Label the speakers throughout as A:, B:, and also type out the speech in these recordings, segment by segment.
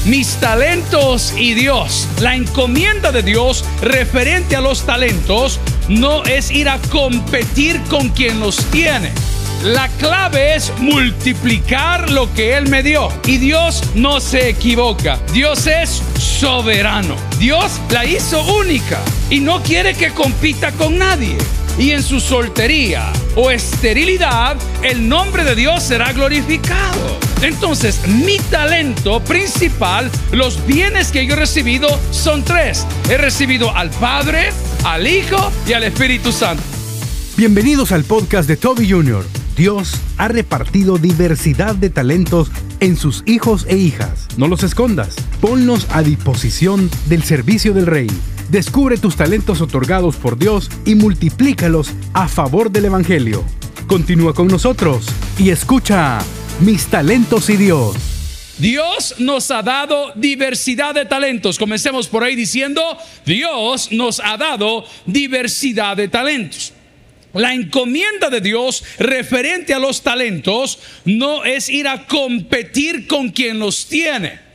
A: mis talentos y Dios. La encomienda de Dios referente a los talentos no es ir a competir con quien los tiene. La clave es multiplicar lo que Él me dio. Y Dios no se equivoca. Dios es soberano. Dios la hizo única y no quiere que compita con nadie. Y en su soltería o esterilidad, el nombre de Dios será glorificado. Entonces, mi talento principal, los bienes que yo he recibido son 3. He recibido al Padre, al Hijo y al Espíritu Santo.
B: Bienvenidos al podcast de Toby Jr. Dios ha repartido diversidad de talentos en sus hijos e hijas. No los escondas, ponlos a disposición del servicio del Rey. Descubre tus talentos otorgados por Dios y multiplícalos a favor del Evangelio. Continúa con nosotros y escucha Mis Talentos y Dios.
A: Dios nos ha dado diversidad de talentos. Comencemos por ahí diciendo, Dios nos ha dado diversidad de talentos. La encomienda de Dios referente a los talentos no es ir a competir con quien los tiene.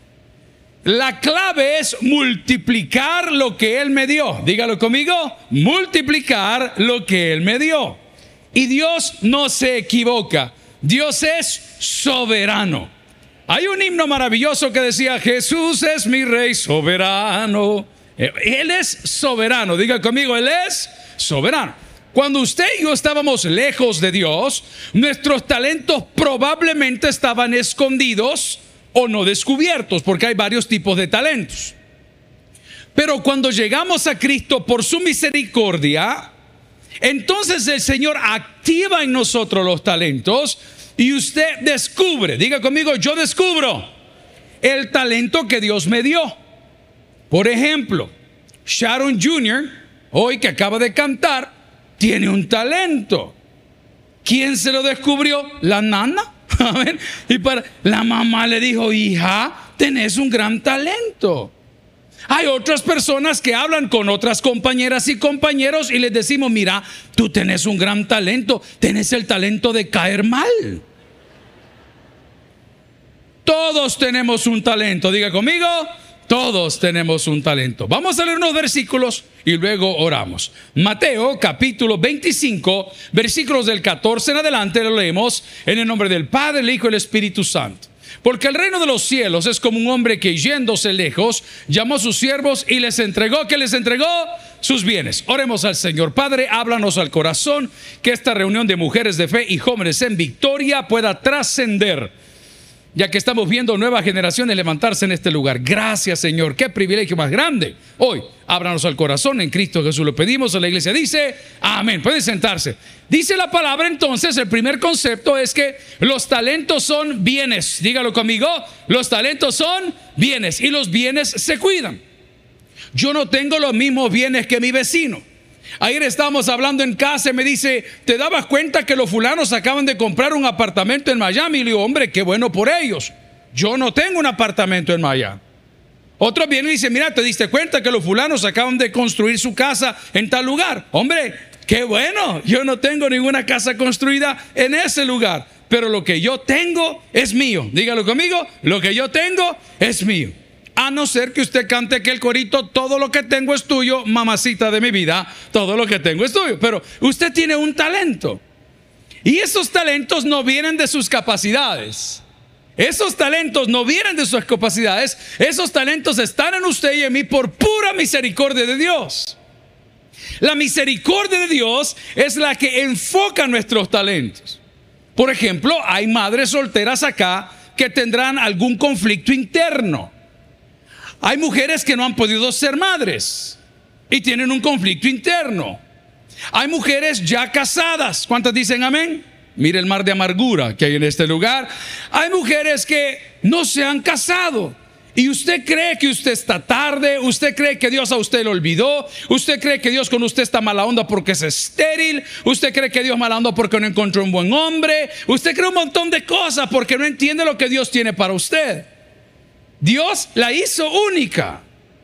A: La clave es multiplicar lo que Él me dio. Dígalo conmigo, multiplicar lo que Él me dio. Y Dios no se equivoca. Dios es soberano. Hay un himno maravilloso que decía, Jesús es mi Rey soberano. Él es soberano. Diga conmigo, Él es soberano. Cuando usted y yo estábamos lejos de Dios, nuestros talentos probablemente estaban escondidos o no descubiertos, porque hay varios tipos de talentos. Pero cuando llegamos a Cristo por su misericordia, entonces el Señor activa en nosotros los talentos y usted descubre, diga conmigo, yo descubro el talento que Dios me dio. Por ejemplo, Sharon Jr., hoy que acaba de cantar, tiene un talento. ¿Quién se lo descubrió? La nana. A ver, y la mamá le dijo, hija, tenés un gran talento. Hay otras personas que hablan con otras compañeras y compañeros y les decimos, mira, tú tenés un gran talento, tenés el talento de caer mal. Todos tenemos un talento, diga conmigo, todos tenemos un talento. Vamos a leer unos versículos y luego oramos. Mateo capítulo 25, versículos del 14 en adelante, lo leemos en el nombre del Padre, el Hijo y el Espíritu Santo. Porque el reino de los cielos es como un hombre que yéndose lejos, llamó a sus siervos y les entregó, ¿qué les entregó? Sus bienes. Oremos al Señor. Padre, háblanos al corazón, que esta reunión de mujeres de fe y jóvenes en victoria pueda trascender, ya que estamos viendo nuevas generaciones levantarse en este lugar. Gracias, Señor, qué privilegio más grande. Hoy, ábranos al corazón, en Cristo Jesús lo pedimos. La iglesia dice, amén. Pueden sentarse. Dice la palabra entonces, el primer concepto es que los talentos son bienes. Dígalo conmigo, los talentos son bienes y los bienes se cuidan. Yo no tengo los mismos bienes que mi vecino. Ayer estábamos hablando en casa y me dice, ¿te dabas cuenta que los fulanos acaban de comprar un apartamento en Miami? Y le digo, hombre, qué bueno por ellos. Yo no tengo un apartamento en Miami. Otro viene y dice, mira, ¿te diste cuenta que los fulanos acaban de construir su casa en tal lugar? Hombre, qué bueno, yo no tengo ninguna casa construida en ese lugar. Pero lo que yo tengo es mío. Dígalo conmigo, lo que yo tengo es mío. A no ser que usted cante aquel corito, todo lo que tengo es tuyo, mamacita de mi vida, todo lo que tengo es tuyo. Pero usted tiene un talento. Y esos talentos no vienen de sus capacidades. Esos talentos no vienen de sus capacidades. Esos talentos están en usted y en mí por pura misericordia de Dios. La misericordia de Dios es la que enfoca nuestros talentos. Por ejemplo, hay madres solteras acá que tendrán algún conflicto interno. Hay mujeres que no han podido ser madres y tienen un conflicto interno. Hay mujeres ya casadas. ¿Cuántas dicen amén? Mire el mar de amargura que hay en este lugar. Hay mujeres que no se han casado y usted cree que usted está tarde. Usted cree que Dios a usted lo olvidó. Usted cree que Dios con usted está mala onda porque es estéril. Usted cree que Dios mala onda porque no encontró un buen hombre. Usted cree un montón de cosas porque no entiende lo que Dios tiene para usted. Dios la hizo única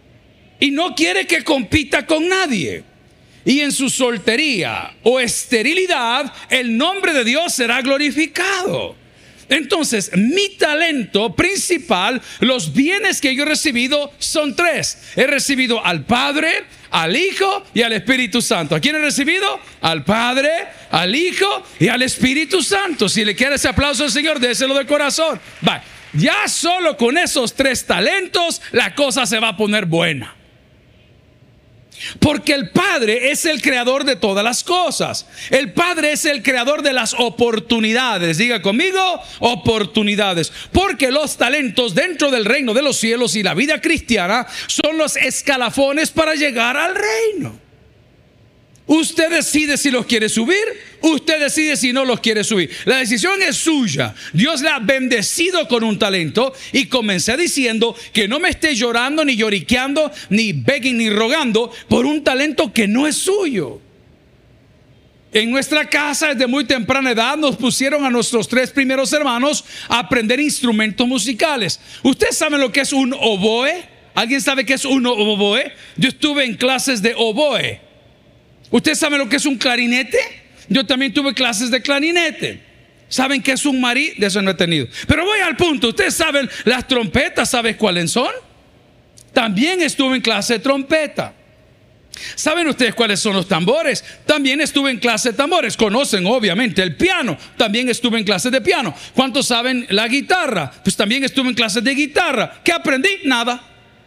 A: y no quiere que compita con nadie. Y en su soltería o esterilidad, el nombre de Dios será glorificado. Entonces, mi talento principal, los bienes que yo he recibido son 3. He recibido al Padre, al Hijo y al Espíritu Santo. ¿A quién he recibido? Al Padre, al Hijo y al Espíritu Santo. Si le quiere ese aplauso al Señor, déselo de corazón. Va, ya solo con esos 3 talentos, la cosa se va a poner buena. Porque el Padre es el creador de todas las cosas. El Padre es el creador de las oportunidades. Diga conmigo, oportunidades. Porque los talentos dentro del reino de los cielos y la vida cristiana son los escalafones para llegar al reino. Usted decide si los quiere subir, usted decide si no los quiere subir. La decisión es suya. Dios le ha bendecido con un talento. Y comencé diciendo que no me esté llorando, ni lloriqueando, ni begging, ni rogando por un talento que no es suyo. En nuestra casa desde muy temprana edad nos pusieron a nuestros 3 primeros hermanos a aprender instrumentos musicales. ¿Ustedes saben lo que es un oboe? ¿Alguien sabe qué es un oboe? Yo estuve en clases de oboe. ¿Usted sabe lo que es un clarinete? Yo también tuve clases de clarinete. ¿Saben qué es un marí? De eso no he tenido. Pero voy al punto. ¿Ustedes saben las trompetas? ¿Saben cuáles son? También estuve en clase de trompeta. ¿Saben ustedes cuáles son los tambores? También estuve en clase de tambores. Conocen obviamente el piano. También estuve en clase de piano. ¿Cuántos saben la guitarra? Pues también estuve en clase de guitarra. ¿Qué aprendí? Nada.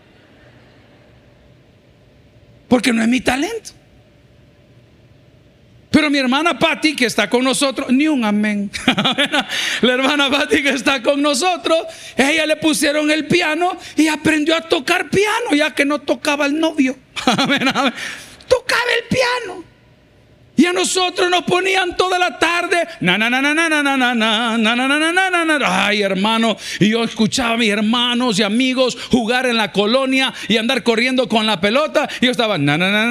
A: Porque no es mi talento. Pero mi hermana Patti, que está con nosotros, ni un amén. La hermana Patti, que está con nosotros, ella le pusieron el piano y aprendió a tocar piano, ya que no tocaba el novio. Tocaba el piano. Y a nosotros nos ponían toda la tarde. Ay, hermano. Y yo escuchaba a mis hermanos y amigos jugar en la colonia y andar corriendo con la pelota. Y yo estaba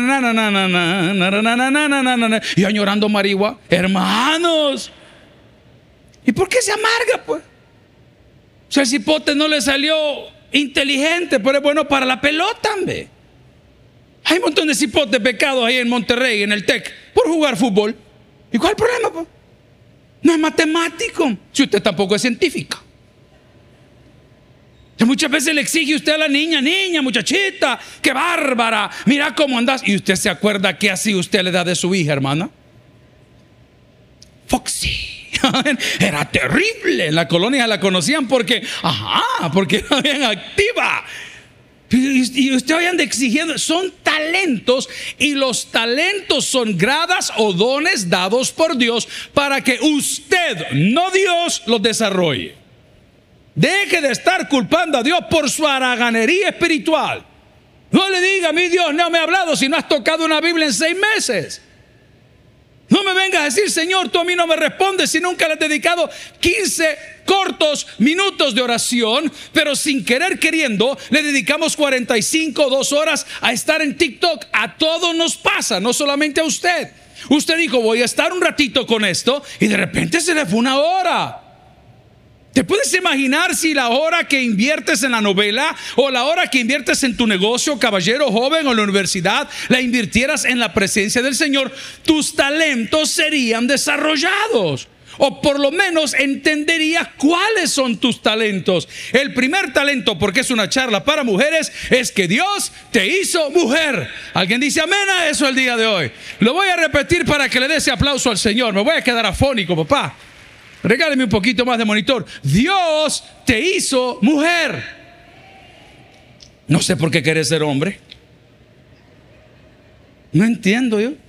A: y añorando marihuana. Hermanos, ¿y por qué se amarga, pues? O sea, el cipote no le salió inteligente, pero es bueno para la pelota, hombre. Hay un montón de cipotes pecados ahí en Monterrey, en el TEC, por jugar fútbol. ¿Y cuál es el problema, pues? No es matemático, si usted tampoco es científica. Muchas veces le exige usted a la niña, muchachita, qué bárbara, mira cómo andas. Y usted se acuerda que así usted le da de su hija, hermana. Foxy. Era terrible. En la colonia la conocían porque era bien activa. Y usted hoy anda exigiendo, son talentos, y los talentos son gradas o dones dados por Dios para que usted, no Dios, los desarrolle. Deje de estar culpando a Dios por su haraganería espiritual. No le diga, mi Dios no me ha hablado si no has tocado una Biblia en 6 meses. No me vengas a decir, Señor, tú a mí no me respondes si nunca le has dedicado 15 cortos minutos de oración, pero sin querer queriendo le dedicamos 45, 2 horas a estar en TikTok. A todos nos pasa, no solamente a usted. Usted dijo, voy a estar un ratito con esto, y de repente se le fue 1 hora. ¿Te puedes imaginar si la hora que inviertes en la novela, o la hora que inviertes en tu negocio, caballero joven, o en la universidad, la invirtieras en la presencia del Señor? Tus talentos serían desarrollados, o por lo menos entenderías cuáles son tus talentos. El primer talento, porque es una charla para mujeres, es que Dios te hizo mujer. ¿Alguien dice amén a eso el día de hoy? Lo voy a repetir para que le dé ese aplauso al Señor. Me voy a quedar afónico, papá. Regáleme un poquito más de monitor. Dios te hizo mujer. No sé por qué querés ser hombre. No entiendo yo.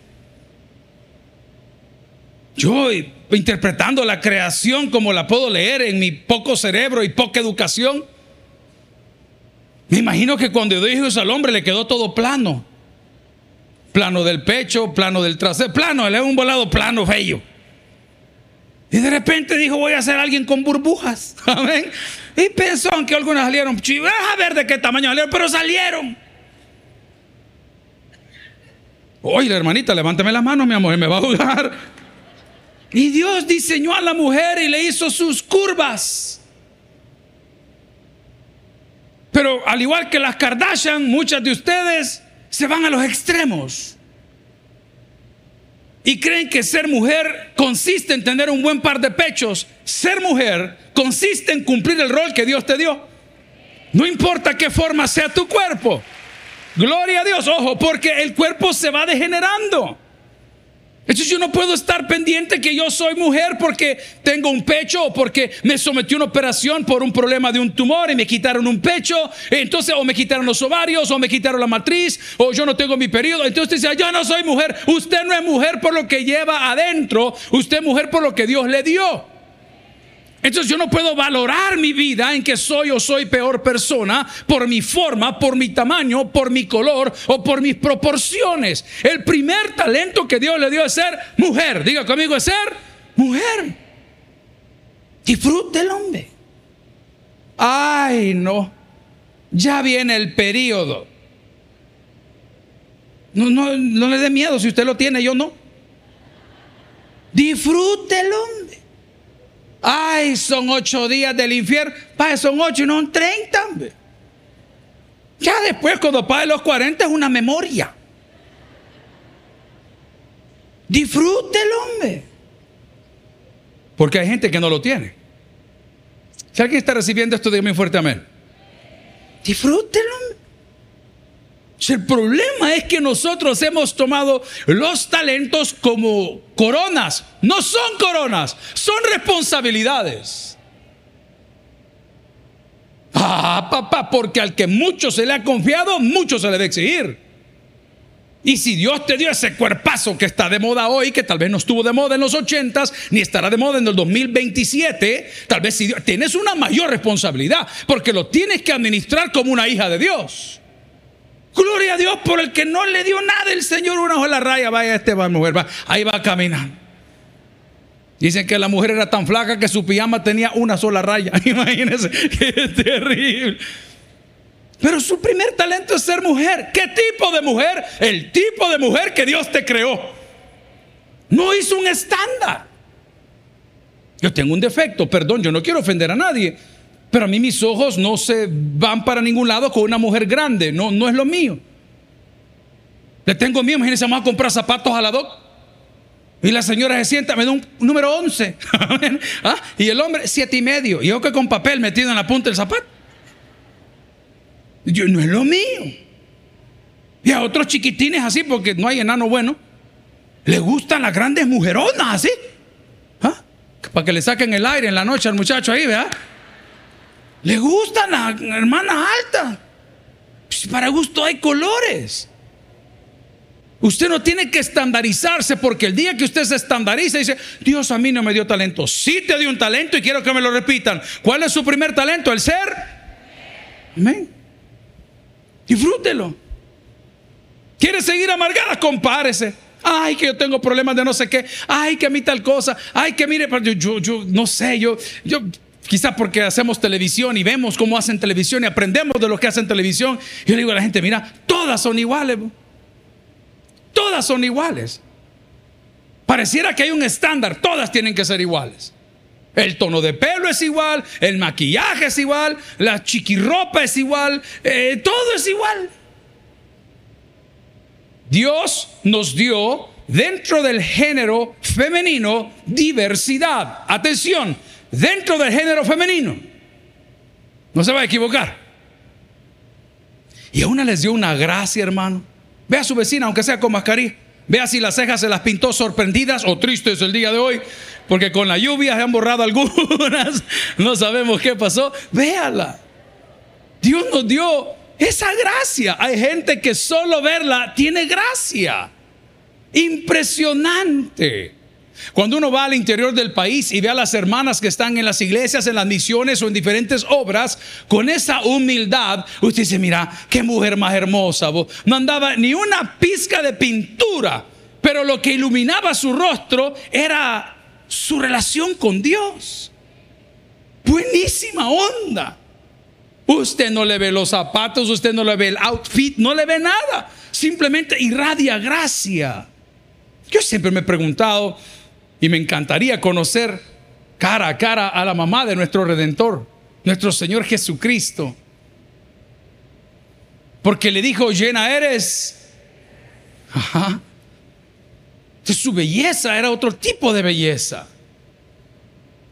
A: Yo interpretando la creación como la puedo leer en mi poco cerebro y poca educación, me imagino que cuando Dios hizo al hombre le quedó todo plano. Plano del pecho, plano del trasero, plano, le un volado plano, feo. Y de repente dijo, voy a ser alguien con burbujas. Amén. Y pensó que algunas salieron, a ver de qué tamaño salieron, pero salieron. Oye, la hermanita, levántame las manos, mi amor, me va a jugar. Y Dios diseñó a la mujer y le hizo sus curvas. Pero al igual que las Kardashian, muchas de ustedes se van a los extremos y creen que ser mujer consiste en tener un buen par de pechos. Ser mujer consiste en cumplir el rol que Dios te dio. No importa qué forma sea tu cuerpo. Gloria a Dios, ojo, porque el cuerpo se va degenerando. Entonces yo no puedo estar pendiente que yo soy mujer porque tengo un pecho o porque me sometí a una operación por un problema de un tumor y me quitaron un pecho. Entonces o me quitaron los ovarios o me quitaron la matriz o yo no tengo mi periodo. Entonces dice, yo no soy mujer. Usted no es mujer por lo que lleva adentro. Usted es mujer por lo que Dios le dio. Entonces yo no puedo valorar mi vida en que soy o soy peor persona por mi forma, por mi tamaño, por mi color o por mis proporciones. El primer talento que Dios le dio es ser mujer. Diga conmigo, es ser mujer. Disfrute el hombre. Ay, no. Ya viene el periodo. No le dé miedo si usted lo tiene, yo no. Disfrute el hombre. Ay, son 8 días del infierno. Padre, son 8 y no son 30. Hombre. Ya después, cuando pague los 40, es una memoria. Disfrute el hombre. Porque hay gente que no lo tiene. Si alguien está recibiendo esto, dígame fuerte amén. Disfrute el hombre. El problema es que nosotros hemos tomado los talentos como coronas. No son coronas, son responsabilidades. Papá, porque al que mucho se le ha confiado, mucho se le debe exigir. Y si Dios te dio ese cuerpazo que está de moda hoy, que tal vez no estuvo de moda en los 80s, ni estará de moda en el 2027, tal vez si Dios, tienes una mayor responsabilidad, porque lo tienes que administrar como una hija de Dios. Gloria a Dios por el que no le dio nada el Señor, una sola raya. Vaya, mujer, va, ahí va caminando. Dicen que la mujer era tan flaca que su pijama tenía una sola raya. Imagínense, qué terrible. Pero su primer talento es ser mujer. ¿Qué tipo de mujer? El tipo de mujer que Dios te creó. No hizo un estándar. Yo tengo un defecto, perdón, yo no quiero ofender a nadie, pero a mí mis ojos no se van para ningún lado con una mujer grande. No es lo mío. Le tengo miedo. Imagínense, vamos a comprar zapatos a la doc y la señora se sienta, me da un número 11. Y el hombre 7.5. Y yo que con papel metido en la punta del zapato. Yo, no es lo mío. Y a otros chiquitines así, porque no hay enano bueno, le gustan las grandes mujeronas así. Para que le saquen el aire en la noche al muchacho ahí, ¿verdad? Le gustan las hermanas altas. Pues para gusto hay colores. Usted no tiene que estandarizarse, porque el día que usted se estandariza dice, Dios a mí no me dio talento. Sí te dio un talento y quiero que me lo repitan. ¿Cuál es su primer talento? El ser. Amén. Disfrútelo. ¿Quiere seguir amargada? Compárese. Ay, que yo tengo problemas de no sé qué. Ay, que a mí tal cosa. Ay, que mire, yo no sé, yo quizás porque hacemos televisión y vemos cómo hacen televisión y aprendemos de lo que hacen televisión. Yo le digo a la gente, mira, todas son iguales. Todas son iguales. Pareciera que hay un estándar, todas tienen que ser iguales. El tono de pelo es igual, el maquillaje es igual, la chiquirropa es igual, todo es igual. Dios nos dio dentro del género femenino diversidad. Atención, dentro del género femenino. No se va a equivocar. Y a una les dio una gracia, hermano. Ve a su vecina, aunque sea con mascarilla. Vea si las cejas se las pintó sorprendidas o tristes el día de hoy, porque con la lluvia se han borrado algunas. No sabemos qué pasó. Véala. Dios nos dio esa gracia. Hay gente que solo verla tiene gracia. Impresionante. Cuando uno va al interior del país y ve a las hermanas que están en las iglesias, en las misiones o en diferentes obras, con esa humildad, usted dice, mira, qué mujer más hermosa. No andaba ni una pizca de pintura, pero lo que iluminaba su rostro era su relación con Dios. Buenísima onda. Usted no le ve los zapatos, usted no le ve el outfit, no le ve nada. Simplemente irradia gracia. Yo siempre me he preguntado, y me encantaría conocer cara a cara a la mamá de nuestro Redentor, nuestro Señor Jesucristo. Porque le dijo, llena eres. Ajá. Entonces su belleza era otro tipo de belleza.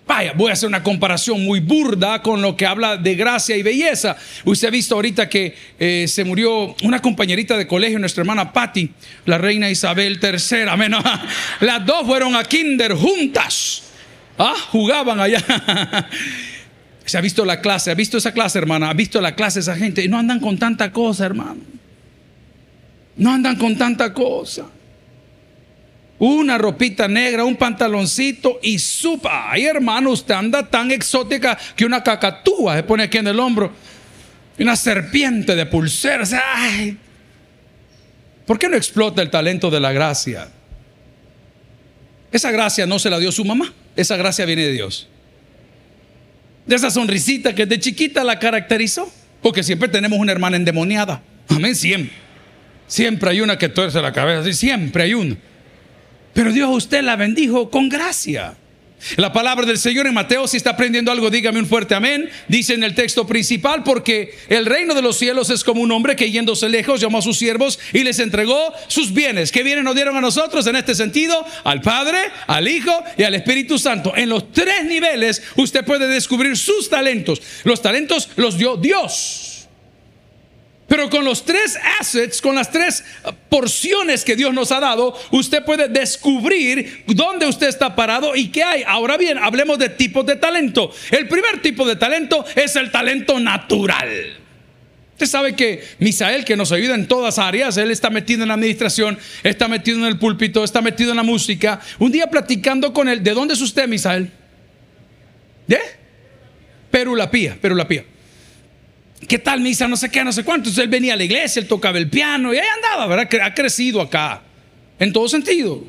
A: Vaya, voy a hacer una comparación muy burda con lo que habla de gracia y belleza. Usted ha visto ahorita que se murió una compañerita de colegio, nuestra hermana Patty, la reina Isabel III. Amén. Las dos fueron a kinder juntas. Jugaban allá. Se ha visto la clase, ha visto esa clase, hermana, ha visto la clase de esa gente. Y no andan con tanta cosa, hermano. No andan con tanta cosa. Una ropita negra, un pantaloncito y supa. Ay, hermano, usted anda tan exótica que una cacatúa se pone aquí en el hombro. Una serpiente de pulseras. Ay. ¿Por qué no explota el talento de la gracia? Esa gracia no se la dio su mamá. Esa gracia viene de Dios. De esa sonrisita que de chiquita la caracterizó. Porque siempre tenemos una hermana endemoniada. Amén, siempre. Siempre hay una que tuerce la cabeza. Sí, siempre hay una. Pero Dios a usted la bendijo con gracia. La palabra del Señor en Mateo, si está aprendiendo algo, dígame un fuerte amén. Dice en el texto principal: porque el reino de los cielos es como un hombre que, yéndose lejos, llamó a sus siervos y les entregó sus bienes. ¿Qué bienes nos dieron a nosotros en este sentido? Al Padre, al Hijo y al Espíritu Santo. En los tres niveles usted puede descubrir sus talentos. Los talentos los dio Dios. Pero con los tres assets, con las tres porciones que Dios nos ha dado, usted puede descubrir dónde usted está parado y qué hay. Ahora bien, hablemos de tipos de talento. El primer tipo de talento es el talento natural. Usted sabe que Misael, que nos ayuda en todas áreas, él está metido en la administración, está metido en el púlpito, está metido en la música. Un día platicando con él: ¿de dónde es usted, Misael? ¿De? Perú La Pía. ¿Qué tal misa? No sé qué, no sé cuánto. Entonces él venía a la iglesia, él tocaba el piano y ahí andaba, ¿verdad? Ha crecido acá, en todo sentido.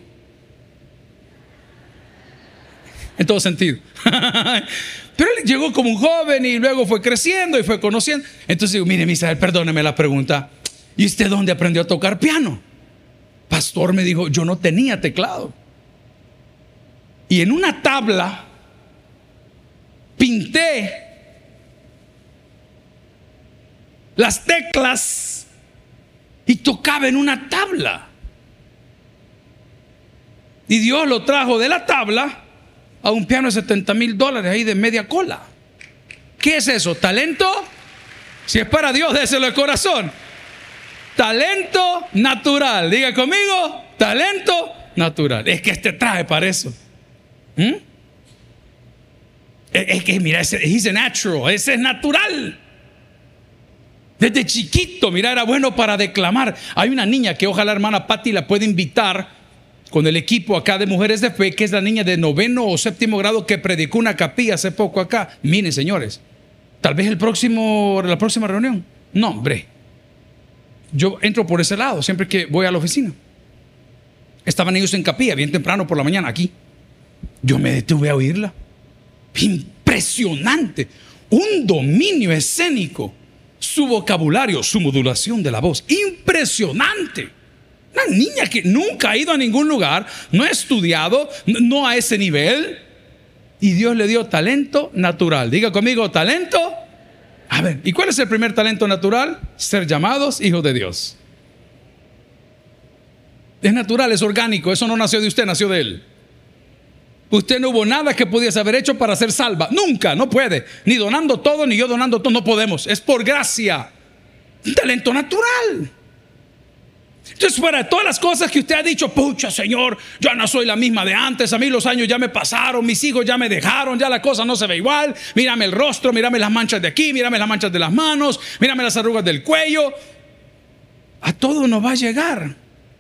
A: En todo sentido. Pero él llegó como un joven y luego fue creciendo y fue conociendo. Entonces digo: mire, Misael, perdóneme la pregunta, ¿y usted dónde aprendió a tocar piano? Pastor, me dijo, yo no tenía teclado. Y en una tabla pinté las teclas y tocaba en una tabla. Y Dios lo trajo de la tabla a un piano de $70,000 ahí de media cola. ¿Qué es eso? ¿Talento? Si es para Dios, déselo de corazón. Talento natural. Diga conmigo: talento natural. Es que este traje para eso. Es que mira, he's a natural. Ese es natural. Desde chiquito, mira, era bueno para declamar. Hay una niña que ojalá hermana Patty la puede invitar con el equipo acá de Mujeres de Fe, que es la niña de 9º o 7º grado que predicó una capilla hace poco acá. Miren, señores, tal vez la próxima reunión. No, hombre, yo entro por ese lado siempre que voy a la oficina. Estaban ellos en capilla bien temprano por la mañana aquí. Yo me detuve a oírla. Impresionante. Un dominio escénico. Su vocabulario, su modulación de la voz, impresionante. Una niña que nunca ha ido a ningún lugar, no ha estudiado, no a ese nivel, y Dios le dio talento natural. Diga conmigo: talento. A ver, ¿y cuál es el primer talento natural? Ser llamados hijos de Dios. Es natural, es orgánico. Eso no nació de usted, nació de Él. Usted no hubo nada que pudiese haber hecho para ser salva. Nunca, no puede. Ni donando todo, ni yo donando todo. No podemos. Es por gracia. Un talento natural. Entonces, fuera de todas las cosas que usted ha dicho: pucha, Señor, yo no soy la misma de antes. A mí los años ya me pasaron. Mis hijos ya me dejaron. Ya la cosa no se ve igual. Mírame el rostro. Mírame las manchas de aquí. Mírame las manchas de las manos. Mírame las arrugas del cuello. A todo nos va a llegar.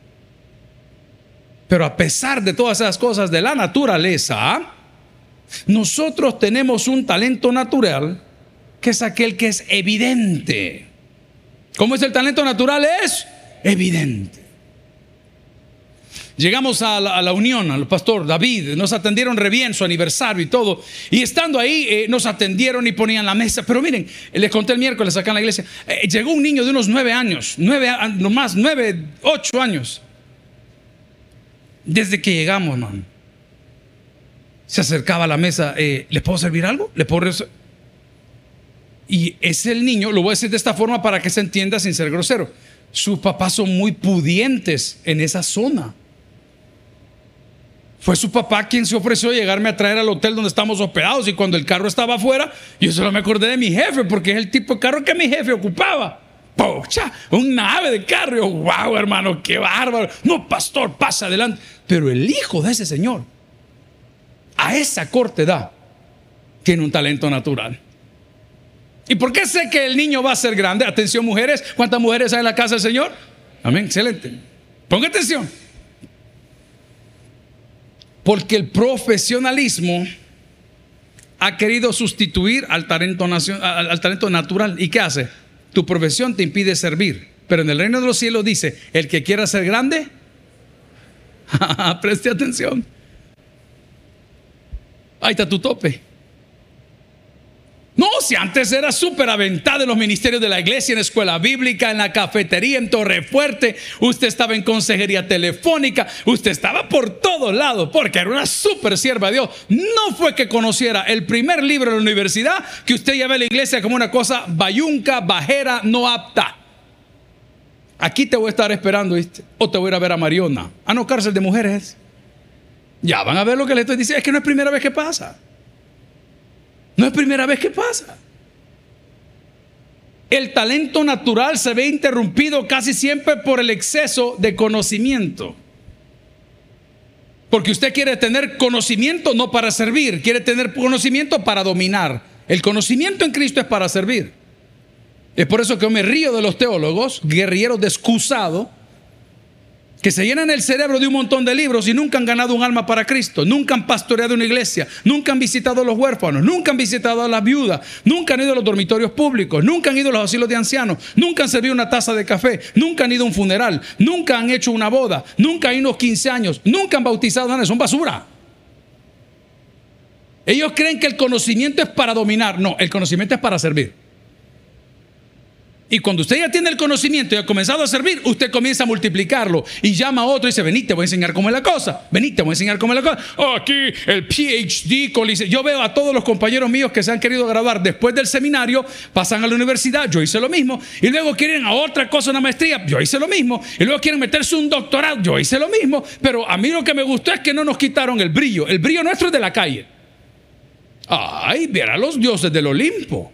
A: Pero a pesar de todas esas cosas de la naturaleza, nosotros tenemos un talento natural que es aquel que es evidente. ¿Cómo es el talento natural? Es evidente. Llegamos a la unión, al pastor David, nos atendieron re bien, su aniversario y todo. Y estando ahí, nos atendieron y ponían la mesa. Pero miren, les conté el miércoles acá en la iglesia, llegó un niño de unos 9 años, 8 años. Desde que llegamos, hermano, se acercaba a la mesa: ¿le puedo servir algo? ¿Le puedo Y es el niño, lo voy a decir de esta forma para que se entienda sin ser grosero. Sus papás son muy pudientes en esa zona. Fue su papá quien se ofreció a llegarme a traer al hotel donde estamos hospedados, y cuando el carro estaba afuera, yo solo me acordé de mi jefe, porque es el tipo de carro que mi jefe ocupaba. ¡Pucha! Un nave de carro. Yo, ¡wow, hermano, qué bárbaro! No, pastor, pasa adelante. Pero el hijo de ese señor, a esa corta edad, tiene un talento natural. ¿Y por qué sé que el niño va a ser grande? Atención, mujeres. ¿Cuántas mujeres hay en la casa del Señor? Amén, excelente. Ponga atención. Porque el profesionalismo ha querido sustituir al talento natural. ¿Y qué hace? Tu profesión te impide servir. Pero en el reino de los cielos dice: el que quiera ser grande, preste atención. Ahí está tu tope. No, si antes era súper aventada en los ministerios de la iglesia, en la escuela bíblica, en la cafetería, en Torrefuerte, usted estaba en consejería telefónica, usted estaba por todos lados, porque era una súper sierva de Dios. No fue que conociera el primer libro de la universidad que usted ya ve a la iglesia como una cosa bayunca, bajera, no apta. Aquí te voy a estar esperando, ¿viste? O te voy a ir a ver a Mariona. Ah, no, cárcel de mujeres. Ya van a ver lo que le estoy diciendo. Es que no es primera vez que pasa. No es primera vez que pasa. El talento natural se ve interrumpido casi siempre por el exceso de conocimiento. Porque usted quiere tener conocimiento no para servir, quiere tener conocimiento para dominar. El conocimiento en Cristo es para servir. Es por eso que yo me río de los teólogos, guerrilleros de excusado, que se llenan el cerebro de un montón de libros y nunca han ganado un alma para Cristo, nunca han pastoreado una iglesia, nunca han visitado a los huérfanos, nunca han visitado a las viudas, nunca han ido a los dormitorios públicos, nunca han ido a los asilos de ancianos, nunca han servido una taza de café, nunca han ido a un funeral, nunca han hecho una boda, nunca han ido a 15 años, nunca han bautizado a nadie. Son basura. Ellos creen que el conocimiento es para dominar. No, el conocimiento es para servir. Y cuando usted ya tiene el conocimiento y ha comenzado a servir, usted comienza a multiplicarlo y llama a otro y dice: vení, te voy a enseñar cómo es la cosa. Vení, te voy a enseñar cómo es la cosa. Oh, aquí el PhD con licencia. Yo veo a todos los compañeros míos que se han querido graduar después del seminario, pasan a la universidad, yo hice lo mismo, y luego quieren a otra cosa, una maestría, yo hice lo mismo, y luego quieren meterse un doctorado, yo hice lo mismo. Pero a mí lo que me gustó es que no nos quitaron el brillo. El brillo nuestro es de la calle. Ay, ver a los dioses del Olimpo.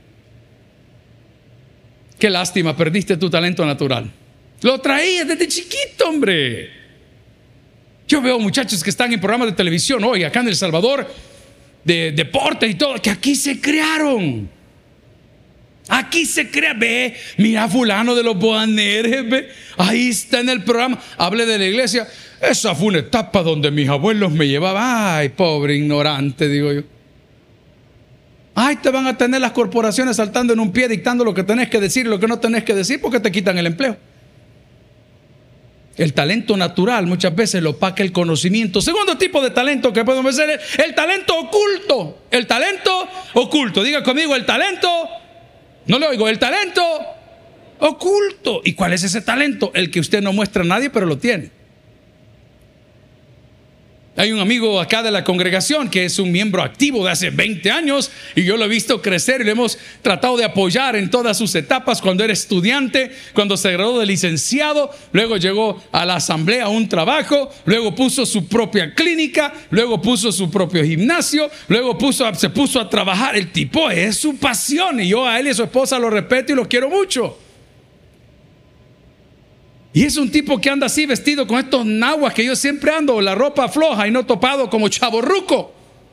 A: Qué lástima, perdiste tu talento natural. Lo traías desde chiquito, hombre. Yo veo muchachos que están en programas de televisión hoy, acá en El Salvador, de deportes y todo, que aquí se crearon. Aquí se crea. Ve, mira fulano de los Boaneres, ve, ahí está en el programa. Hable de la iglesia. Esa fue una etapa donde mis abuelos me llevaban. Ay, pobre ignorante, digo yo. Ay, te van a tener las corporaciones saltando en un pie, dictando lo que tenés que decir y lo que no tenés que decir, porque te quitan el empleo. El talento natural muchas veces lo opaca el conocimiento. Segundo tipo de talento que podemos ver es el talento oculto. El talento oculto. Diga conmigo: el talento, no le oigo, el talento oculto. ¿Y cuál es ese talento? El que usted no muestra a nadie, pero lo tiene. Hay un amigo acá de la congregación que es un miembro activo de hace 20 años y yo lo he visto crecer y lo hemos tratado de apoyar en todas sus etapas. Cuando era estudiante, cuando se graduó de licenciado, luego llegó a la asamblea a un trabajo, luego puso su propia clínica, luego puso su propio gimnasio, luego se puso a trabajar. El tipo es su pasión y yo a él y a su esposa lo respeto y lo quiero mucho. Y es un tipo que anda así vestido con estos nahuas que yo siempre ando, la ropa floja y no topado como chavorruco.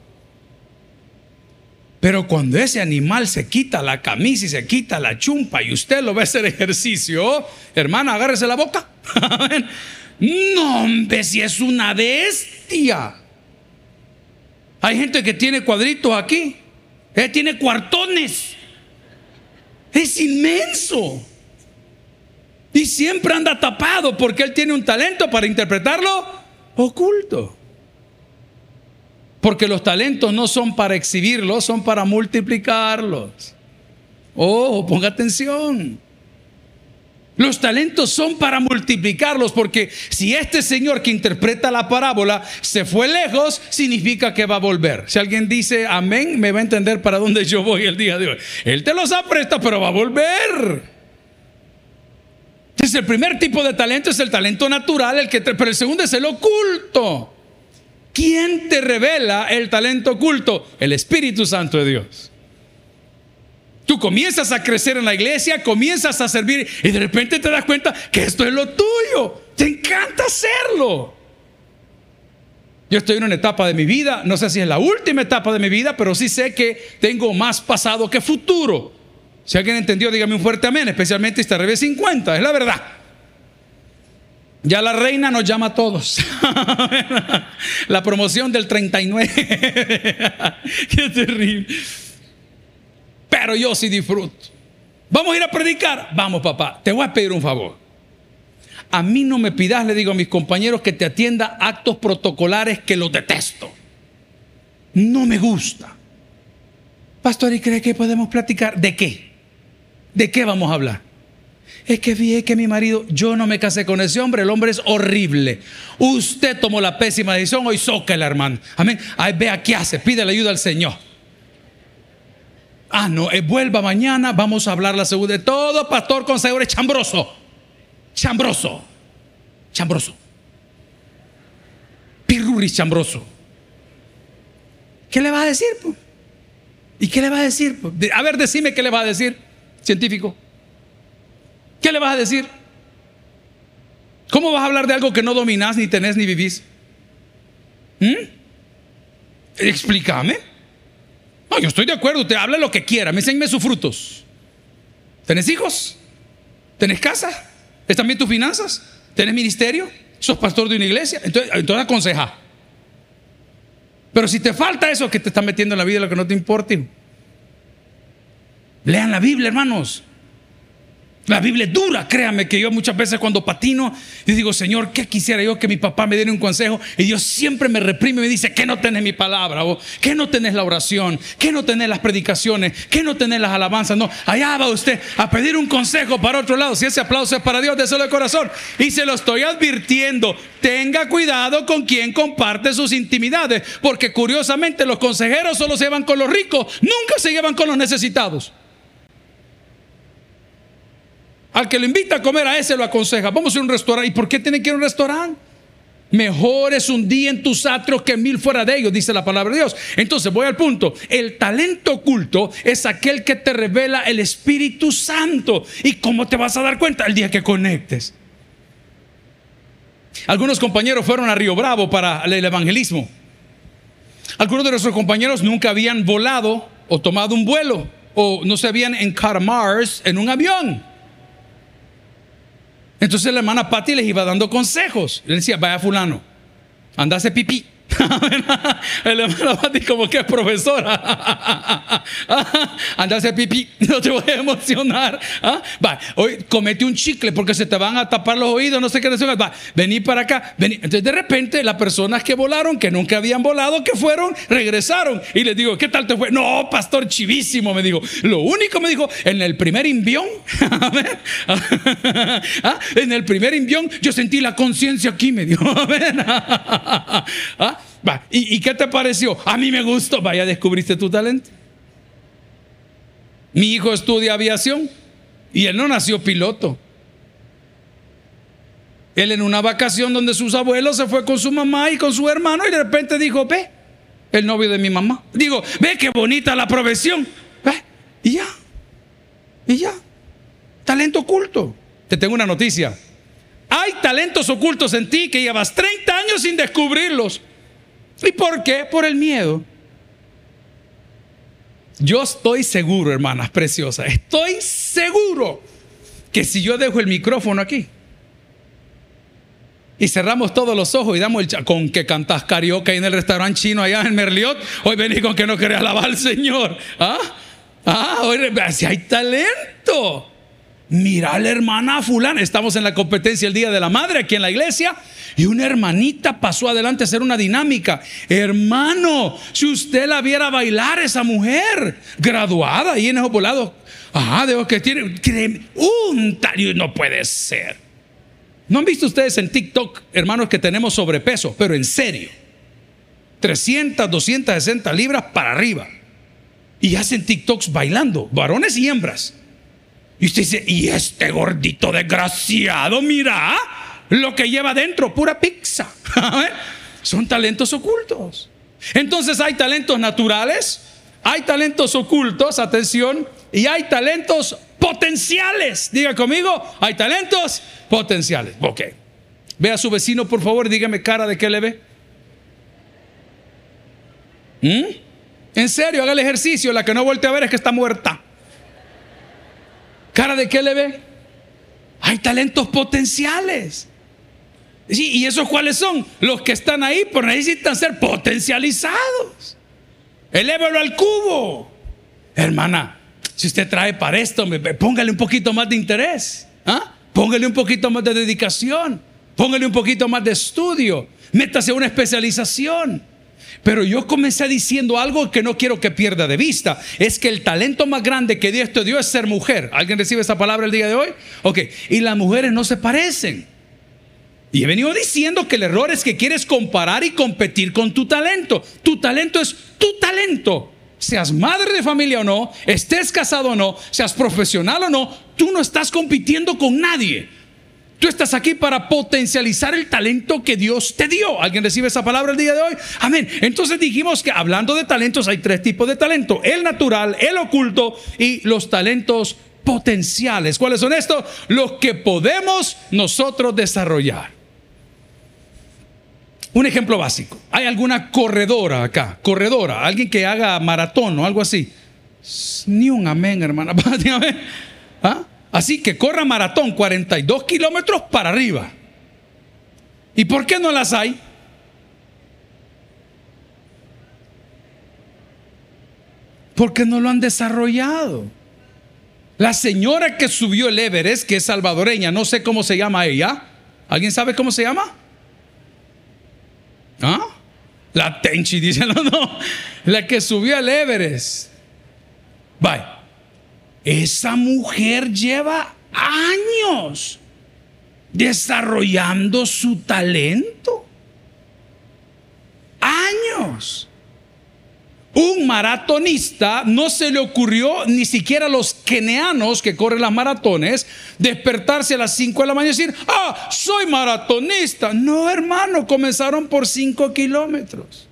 A: Pero cuando ese animal se quita la camisa y se quita la chumpa y usted lo ve hacer ejercicio, hermana, agárrese la boca. No, hombre, si es una bestia. Hay gente que tiene cuadritos aquí, tiene cuartones. Es inmenso. Y siempre anda tapado porque él tiene un talento para interpretarlo oculto. Porque los talentos no son para exhibirlos, son para multiplicarlos. Oh, ponga atención. Los talentos son para multiplicarlos, porque si este señor que interpreta la parábola se fue lejos, significa que va a volver. Si alguien dice amén, me va a entender para dónde yo voy el día de hoy. Él te los ha prestado, pero va a volver. Entonces el primer tipo de talento es el talento natural, pero el segundo es el oculto. ¿Quién te revela el talento oculto? El Espíritu Santo de Dios. Tú comienzas a crecer en la iglesia, comienzas a servir y de repente te das cuenta que esto es lo tuyo. Te encanta hacerlo. Yo estoy en una etapa de mi vida, no sé si es la última etapa de mi vida, pero sí sé que tengo más pasado que futuro. Si alguien entendió, dígame un fuerte amén, especialmente esta revés 50, es la verdad. Ya la reina nos llama a todos. La promoción del 39. Qué terrible. Pero yo sí disfruto. Vamos a ir a predicar. Vamos, papá, te voy a pedir un favor. A mí no me pidas, le digo a mis compañeros, que te atienda actos protocolares que los detesto. No me gusta. Pastor, ¿y cree que podemos platicar? ¿De qué? ¿De qué vamos a hablar? Es que fíjate que mi marido, yo no me casé con ese hombre, el hombre es horrible. Usted tomó la pésima decisión, hoy zócala, hermano. Amén. Ay, vea qué hace, pide la ayuda al Señor. Ah, no, vuelva mañana, vamos a hablar la segunda. De todo pastor consejero es chambroso. Chambroso. Chambroso. Pirruris chambroso. ¿Qué le va a decir? ¿Y qué le va a decir? A ver, decime qué le va a decir, científico. ¿Qué le vas a decir? ¿Cómo vas a hablar de algo que no dominás, ni tenés, ni vivís? Explícame. No, yo estoy de acuerdo, usted habla lo que quiera, me enséñeme sus frutos. ¿Tenés hijos? ¿Tenés casa? ¿Están bien tus finanzas? ¿Tenés ministerio? ¿Sos pastor de una iglesia? Entonces aconseja. Pero si te falta eso que te está metiendo en la vida, lo que no te importe, lean la Biblia, hermanos. La Biblia es dura, créame que yo muchas veces cuando patino, yo digo, Señor, ¿qué quisiera yo que mi papá me diera un consejo? Y Dios siempre me reprime y me dice, ¿qué no tenés mi palabra? ¿O qué no tenés la oración? ¿Qué no tenés las predicaciones? ¿Qué no tenés las alabanzas? No, allá va usted a pedir un consejo para otro lado. Si ese aplauso es para Dios, déselo de corazón. Y se lo estoy advirtiendo, tenga cuidado con quien comparte sus intimidades, porque curiosamente los consejeros solo se llevan con los ricos, nunca se llevan con los necesitados. Al que lo invita a comer, a ese lo aconseja. Vamos a ir a un restaurante. ¿Y por qué tiene que ir a un restaurante? Mejor es un día en tus atrios que 1000 fuera de ellos, dice la palabra de Dios. Entonces voy al punto. El talento oculto es aquel que te revela el Espíritu Santo. ¿Y cómo te vas a dar cuenta? El día que conectes. Algunos compañeros fueron a Río Bravo para el evangelismo. Algunos de nuestros compañeros nunca habían volado o tomado un vuelo, o no se habían encarmado en un avión. Entonces la hermana Patti les iba dando consejos. Le decía, vaya fulano, anda a hacer pipí. La hermana Patti como que es profesora. Anda a hacer pipí, no te voy a emocionar. Va, hoy comete un chicle porque se te van a tapar los oídos, no sé qué decir. Va, vení para acá, vení. Entonces de repente las personas que volaron, que nunca habían volado, que fueron, regresaron. Y les digo, ¿qué tal te fue? No, pastor, chivísimo, me dijo. Lo único, me dijo, en el primer envión, en el primer envión yo sentí la conciencia aquí, me dijo. Va, ¿y qué te pareció? A mí me gustó. Vaya, descubriste tu talento. Mi hijo estudia aviación y él no nació piloto. Él en una vacación donde sus abuelos se fue con su mamá y con su hermano, y de repente dijo, ve, el novio de mi mamá. Digo, ve qué bonita la profesión. Y ya. Talento oculto. Te tengo una noticia. Hay talentos ocultos en ti que llevas 30 años sin descubrirlos. ¿Y por qué? Por el miedo. Yo estoy seguro, hermanas preciosas, estoy seguro que si yo dejo el micrófono aquí y cerramos todos los ojos y damos con que cantas karaoke en el restaurante chino allá en Merliot, hoy venís con que no querés alabar al Señor. Hoy si hay talento. Mira a la hermana fulana. Estamos en la competencia el Día de la Madre aquí en la iglesia, y una hermanita pasó adelante a hacer una dinámica. Hermano, si usted la viera bailar, esa mujer graduada ahí en esos volados, de que tiene un talento. No puede ser. ¿No han visto ustedes en TikTok, hermanos, que tenemos sobrepeso? Pero en serio, 300, 260 libras para arriba, y hacen TikToks bailando, varones y hembras. Y usted dice, y este gordito desgraciado, mira lo que lleva adentro, pura pizza. Son talentos ocultos. Entonces hay talentos naturales, hay talentos ocultos, atención, y hay talentos potenciales. Diga conmigo, hay talentos potenciales. Ok. Ve a su vecino, por favor, y dígame, cara de qué le ve. En serio, haga el ejercicio. La que no voltea a ver es que está muerta. ¿Cara de qué le ve? Hay talentos potenciales. Sí, ¿y esos cuáles son? Los que están ahí, pero necesitan ser potencializados. Elévelo al cubo. Hermana, si usted trae para esto, póngale un poquito más de interés. Póngale un poquito más de dedicación. Póngale un poquito más de estudio. Métase a una especialización. Pero yo comencé diciendo algo que no quiero que pierda de vista. Es que el talento más grande que Dios te dio es ser mujer. ¿Alguien recibe esa palabra el día de hoy? Ok. Y las mujeres no se parecen. Y he venido diciendo que el error es que quieres comparar y competir con tu talento. Tu talento es tu talento. Seas madre de familia o no, estés casado o no, seas profesional o no, tú no estás compitiendo con nadie. Tú estás aquí para potencializar el talento que Dios te dio. ¿Alguien recibe esa palabra el día de hoy? Amén. Entonces dijimos que hablando de talentos hay tres tipos de talento: el natural, el oculto y los talentos potenciales. ¿Cuáles son estos? Los que podemos nosotros desarrollar. Un ejemplo básico. ¿Hay alguna corredora acá? Corredora, alguien que haga maratón o algo así. Ni un amén, hermana. Así que corra maratón 42 kilómetros para arriba. ¿Y por qué no las hay? Porque no lo han desarrollado. La señora que subió el Everest, que es salvadoreña, no sé cómo se llama ella. ¿Alguien sabe cómo se llama? La Tenchi, dice, no. La que subió el Everest. Vaya. Esa mujer lleva años desarrollando su talento. Años. Un maratonista no se le ocurrió, ni siquiera a los kenianos que corren las maratones, despertarse a las 5 de la mañana y decir: soy maratonista. No, hermano, comenzaron por 5 kilómetros.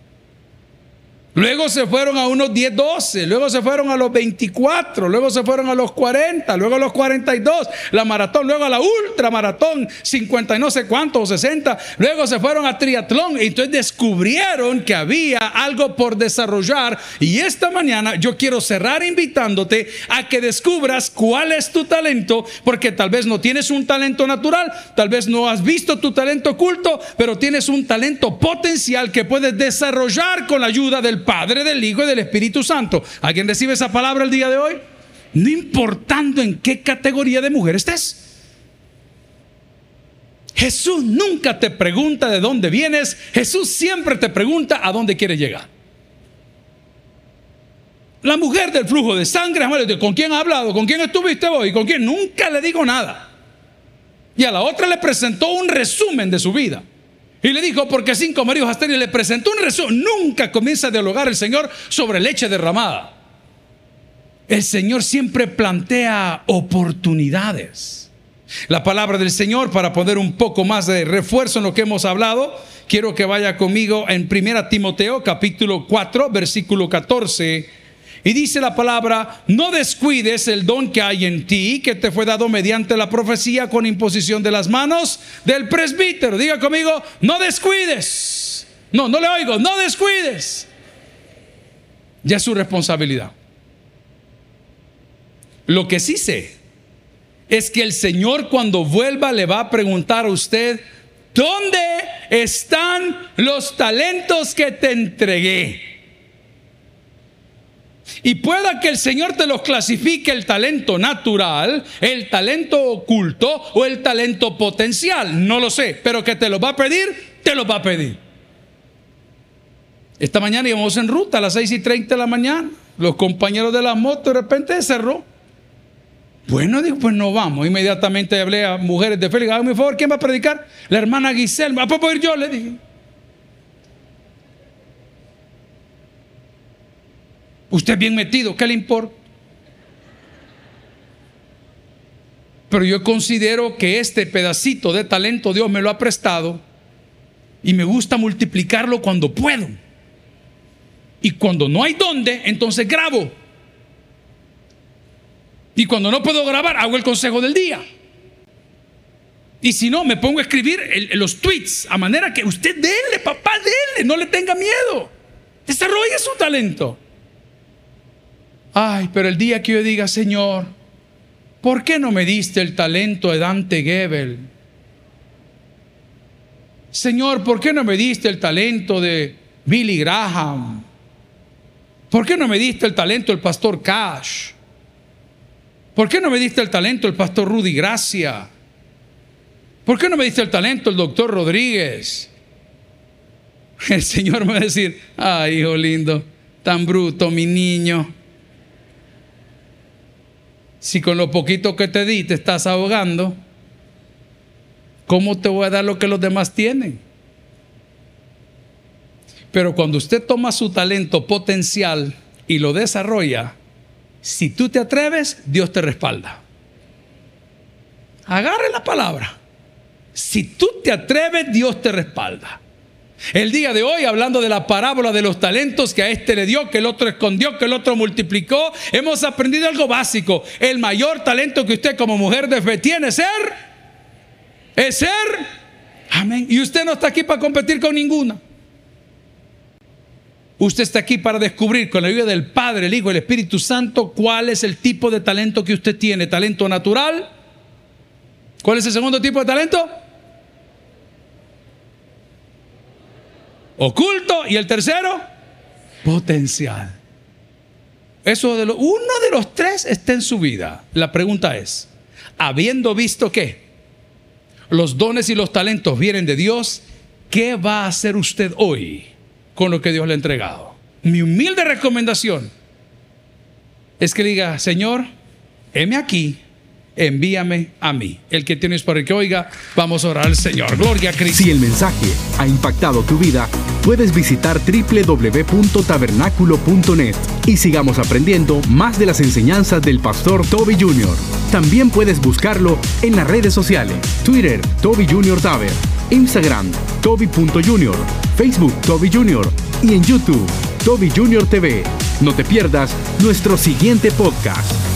A: Luego se fueron a unos 10, 12, luego se fueron a los 24, luego se fueron a los 40, luego a los 42, la maratón, luego a la ultramaratón, 50 y no sé cuántos, 60, luego se fueron a triatlón. Y entonces descubrieron que había algo por desarrollar. Y esta mañana yo quiero cerrar invitándote a que descubras cuál es tu talento, porque tal vez no tienes un talento natural, tal vez no has visto tu talento oculto, pero tienes un talento potencial que puedes desarrollar con la ayuda del Padre, del Hijo y del Espíritu Santo. ¿Alguien recibe esa palabra el día de hoy? No importando en qué categoría de mujer estés. Jesús nunca te pregunta de dónde vienes. Jesús siempre te pregunta a dónde quieres llegar. La mujer del flujo de sangre, ¿con quién ha hablado? ¿Con quién estuviste hoy? ¿Con quién? Nunca le digo nada. Y a la otra le presentó un resumen de su vida. Y le dijo: porque 5 maridos has tenido. Le presentó un resumen. Nunca comienza a dialogar el Señor sobre leche derramada. El Señor siempre plantea oportunidades. La palabra del Señor, para poner un poco más de refuerzo en lo que hemos hablado, quiero que vaya conmigo en 1 Timoteo capítulo 4 versículo 14. Y dice la palabra: no descuides el don que hay en ti, que te fue dado mediante la profecía con imposición de las manos del presbítero. Diga conmigo: no descuides. No le oigo. No descuides. Ya es su responsabilidad. Lo que sí sé es que el Señor, cuando vuelva, le va a preguntar a usted: ¿dónde están los talentos que te entregué? Y pueda que el Señor te los clasifique: el talento natural, el talento oculto o el talento potencial. No lo sé, pero que te los va a pedir, te los va a pedir. Esta mañana íbamos en ruta a las 6:30 de la mañana. Los compañeros de la moto de repente cerró. Bueno, digo, pues no vamos. Inmediatamente hablé a mujeres de Félix: hágame un favor, ¿quién va a predicar? La hermana Giselle. ¿Puedo ir yo? Le dije. Usted bien metido, ¿qué le importa? Pero yo considero que este pedacito de talento Dios me lo ha prestado Y me gusta multiplicarlo cuando puedo. Y cuando no hay dónde, entonces grabo. Y cuando no puedo grabar, hago el consejo del día. Y si no, me pongo a escribir los tweets, a manera que usted dele, papá, dele, no le tenga miedo. Desarrolle su talento. Ay, pero el día que yo diga, Señor, ¿por qué no me diste el talento de Dante Gebel? Señor, ¿por qué no me diste el talento de Billy Graham? ¿Por qué no me diste el talento del pastor Cash? ¿Por qué no me diste el talento del pastor Rudy Gracia? ¿Por qué no me diste el talento del doctor Rodríguez? El Señor me va a decir, ay, hijo lindo, tan bruto mi niño. Si con lo poquito que te di te estás ahogando, ¿cómo te voy a dar lo que los demás tienen? Pero cuando usted toma su talento potencial y lo desarrolla, si tú te atreves, Dios te respalda. Agarre la palabra. Si tú te atreves, Dios te respalda. El día de hoy, hablando de la parábola de los talentos, que a este le dio, que el otro escondió, que el otro multiplicó, hemos aprendido algo básico. El mayor talento que usted como mujer de fe tiene es ser. Amén. Y usted no está aquí para competir con ninguna. Usted está aquí para descubrir, con la ayuda del Padre, el Hijo y el Espíritu Santo, cuál es el tipo de talento que usted tiene. Talento natural. ¿Cuál es el segundo tipo de talento? Oculto. Y el tercero, potencial. Uno de los tres está en su vida. La pregunta es, habiendo visto que los dones y los talentos vienen de Dios, ¿qué va a hacer usted hoy con lo que Dios le ha entregado? Mi humilde recomendación es que le diga, Señor, heme aquí, envíame a mí. El que tienes para el que oiga, vamos a orar al Señor. Gloria a Cristo.
B: Si el mensaje ha impactado tu vida, puedes visitar www.tabernaculo.net y sigamos aprendiendo más de las enseñanzas del pastor Toby Jr. También puedes buscarlo en las redes sociales: Twitter, Toby Jr. Taber, Instagram, Toby.Jr., Facebook, Toby Jr. y en YouTube, Toby Jr. TV. No te pierdas nuestro siguiente podcast.